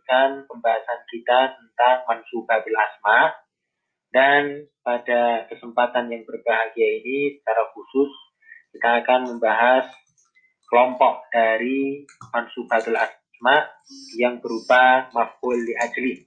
melanjutkan pembahasan kita tentang mansubatil asma, dan pada kesempatan yang berbahagia ini secara khusus kita akan membahas kelompok dari mansubatil asma yang berupa maf'ul li ajli,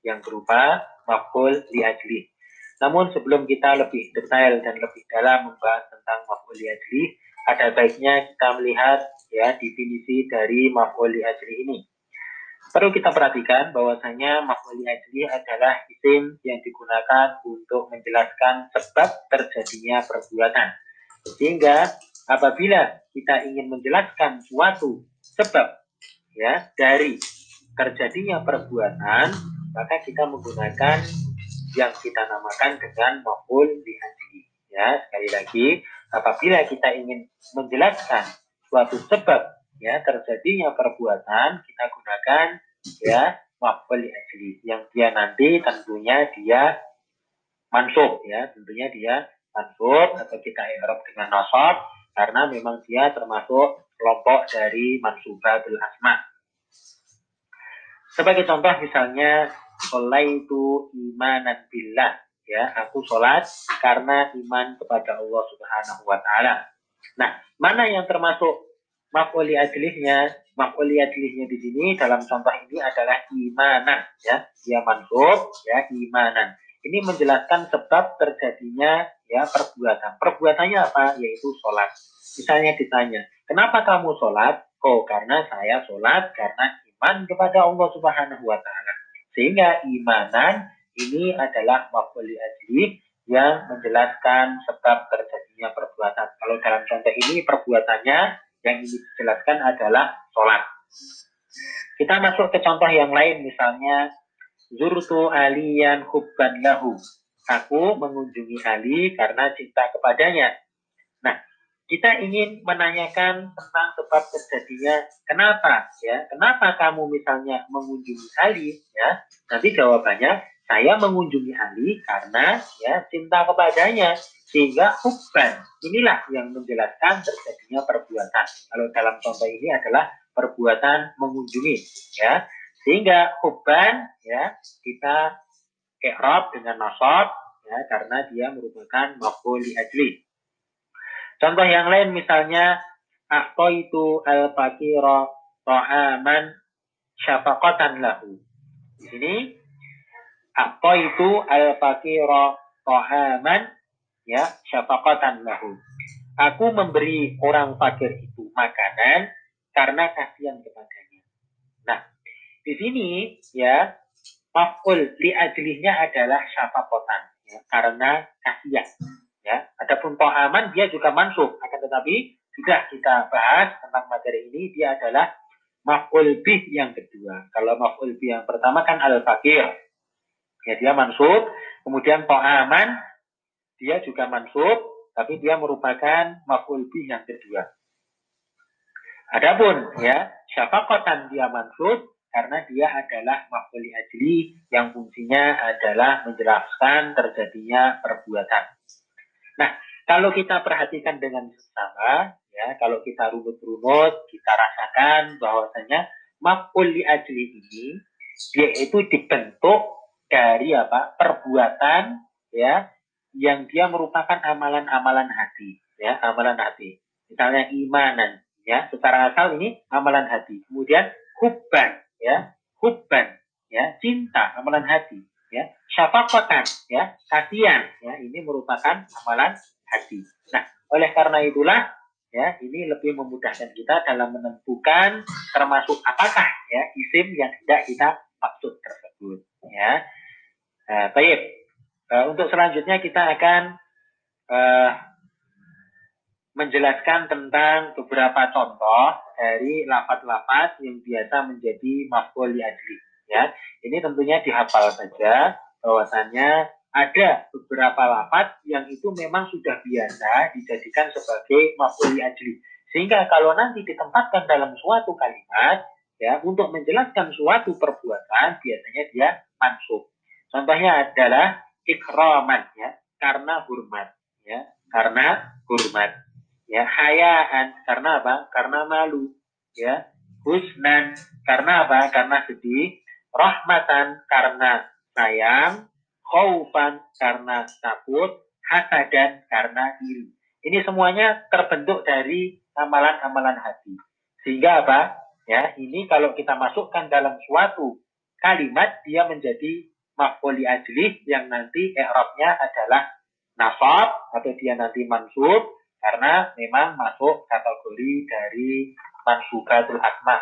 Namun sebelum kita lebih detail dan lebih dalam membahas tentang maf'ul li ajli, ada baiknya kita melihat ya definisi dari maf'ul li ajli ini. Perlu kita perhatikan bahwasanya maf'ul li ajli adalah isim yang digunakan untuk menjelaskan sebab terjadinya perbuatan. Sehingga apabila kita ingin menjelaskan suatu sebab ya dari terjadinya perbuatan, maka kita menggunakan yang kita namakan dengan maf'ul li ajli. Ya, sekali lagi, apabila kita ingin menjelaskan suatu sebab ya terjadinya perbuatan, kita gunakan ya maf'ul li ajli, yang dia nanti tentunya dia mansub ya, atau kita i'rab dengan nasab karena memang dia termasuk kelompok dari mansubatul asma. Sebagai contoh misalnya sholaitu imanan billah, ya, aku sholat karena iman kepada Allah Subhanahu wa taala. Nah, mana yang termasuk maf'ul li ajlihnya? Maf'ul li ajlihnya di sini dalam contoh ini adalah imanan, ya. Dia mansub, ya, imanan. Ini menjelaskan sebab terjadinya ya perbuatan. Perbuatannya apa? Yaitu sholat. Misalnya ditanya, kenapa kamu sholat? Oh, karena saya sholat karena iman kepada Allah Subhanahu wa taala. Sehingga imanan ini adalah maf'ul li ajli yang menjelaskan sebab terjadinya perbuatan. Kalau dalam contoh ini perbuatannya yang ini dijelaskan adalah sholat. Kita masuk ke contoh yang lain, misalnya zurtu aliyan hubban lahu. Aku mengunjungi Ali karena cinta kepadanya. Nah, kita ingin menanyakan tentang sebab terjadinya kenapa ya, kenapa kamu misalnya mengunjungi Ali ya. Nanti jawabannya saya mengunjungi Ali karena ya cinta kepadanya, sehingga hubban inilah yang menjelaskan terjadinya perbuatan. Kalau dalam contoh ini adalah perbuatan mengunjungi ya, sehingga hubban ya kita i'rab dengan nasab ya karena dia merupakan maf'ul li ajli. Contoh yang lain misalnya a'taitu al-faqira ta'aman syafaqatan lahu. Di sini a'taitu al-faqira ta'aman ya syafaqatan lahu. Aku memberi orang fakir itu makanan karena kasihan kepadanya. Nah, di sini ya maf'ul li ajlihnya adalah syafaqatan ya, karena kasihan. Ya, adapun ta'aman dia juga mansub, akan tetapi sudah kita bahas tentang materi ini, dia adalah maf'ul bih yang kedua. Kalau maf'ul bih yang pertama kan al-faqir, ya dia mansub. Kemudian ta'aman dia juga mansub, tapi dia merupakan maf'ul bih yang kedua. Adapun ya syafaqatan dia mansub karena dia adalah maf'ul li ajli yang fungsinya adalah menjelaskan terjadinya perbuatan. Nah, kalau kita perhatikan dengan seksama, ya, kalau kita runut-runut, kita rasakan bahwasanya maf'ul li ajli ini dia itu dibentuk dari apa? Perbuatan ya yang dia merupakan amalan-amalan hati, ya, amalan hati. Misalnya imanan, ya, secara asal ini amalan hati. Kemudian hubban, ya, cinta, amalan hati. Ya, syafaqatan ya kasihan ya ini merupakan amalan hati. Nah, oleh karena itulah ya ini lebih memudahkan kita dalam menentukan termasuk apakah ya isim yang tidak kita maksud tersebut ya. Baik, untuk selanjutnya kita akan menjelaskan tentang beberapa contoh dari lafaz-lafaz yang biasa menjadi maf'ul li ajli. Ya, ini tentunya dihafal saja bahwasannya ada beberapa lafaz yang itu memang sudah biasa dijadikan sebagai maf'ul li ajli. Sehingga kalau nanti ditempatkan dalam suatu kalimat ya untuk menjelaskan suatu perbuatan biasanya dia mansub. Contohnya adalah ikraman ya, karena hormat ya, karena hormat. Ya, hayaan karena apa? Karena malu. Ya, husnan karena apa? Karena sedih. rahmatan karena sayang, khaufan karena takut, hasadan karena iri. Ini semuanya terbentuk dari amalan-amalan hati. Sehingga apa? Ya, ini kalau kita masukkan dalam suatu kalimat, dia menjadi maf'ul ajlih yang nanti i'rabnya adalah nasab atau dia nanti mansub karena memang masuk kategori dari mansubatul asma.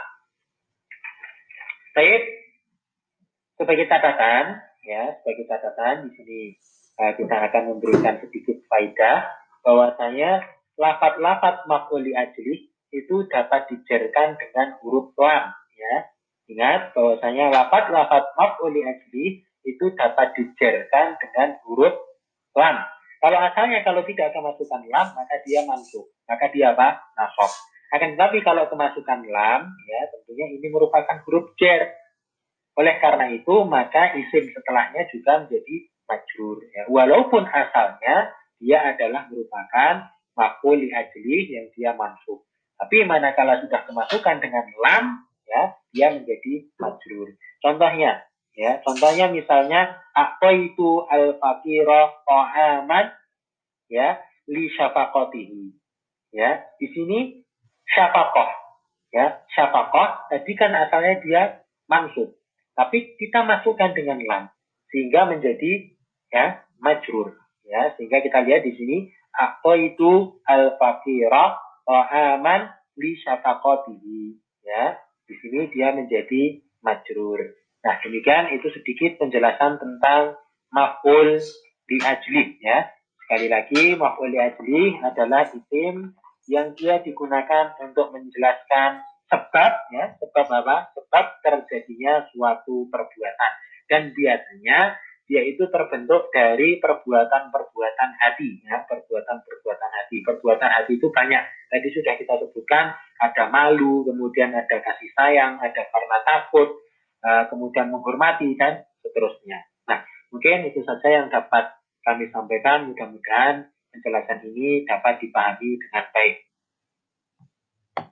Baik, sebagai catatan, ya, sebagai catatan di sini kita akan memberikan sedikit faedah bahwasanya lafaz-lafaz maf'ul ajlih itu dapat dijerkan dengan huruf lam, ya. Ingat bahwasanya lafaz-lafaz maf'ul ajlih itu dapat dijerkan dengan huruf lam. Kalau asalnya kalau tidak kemasukan lam, maka dia mansub. Maka dia apa? Nasab. Akan tetapi kalau kemasukan lam, ya tentunya ini merupakan huruf jar. Oleh karena itu, maka isim setelahnya juga menjadi majrur. Ya. Walaupun asalnya dia adalah merupakan maf'ul ajlih yang dia mansub. Tapi manakala sudah kemasukan dengan lam, ya, dia menjadi majrur. Contohnya misalnya aqaitu al-faqira ta'aman ya li syafaqatihi. Ya, di sini syafaqah, ya, syafaqah tadi kan asalnya dia mansub. Tapi kita masukkan dengan lam sehingga menjadi ya majrur. Ya, sehingga kita lihat di sini aqaitu al-faqira ta'aman li syafaqatihi. Ya, di sini dia menjadi majrur. Nah, demikian itu sedikit penjelasan tentang maf'ul bi ajlih ya. Sekali lagi, maf'ul bi ajlih adalah isim yang dia digunakan untuk menjelaskan sebab ya, sebab apa? Sebab terjadinya suatu perbuatan. Dan biasanya dia itu terbentuk dari perbuatan-perbuatan hati ya, perbuatan-perbuatan hati. Perbuatan hati itu banyak. Tadi sudah kita sebutkan ada malu, kemudian ada kasih sayang, ada karena takut, kemudian menghormati dan seterusnya. Nah, mungkin itu saja yang dapat kami sampaikan. Mudah-mudahan penjelasan ini dapat dipahami dengan baik.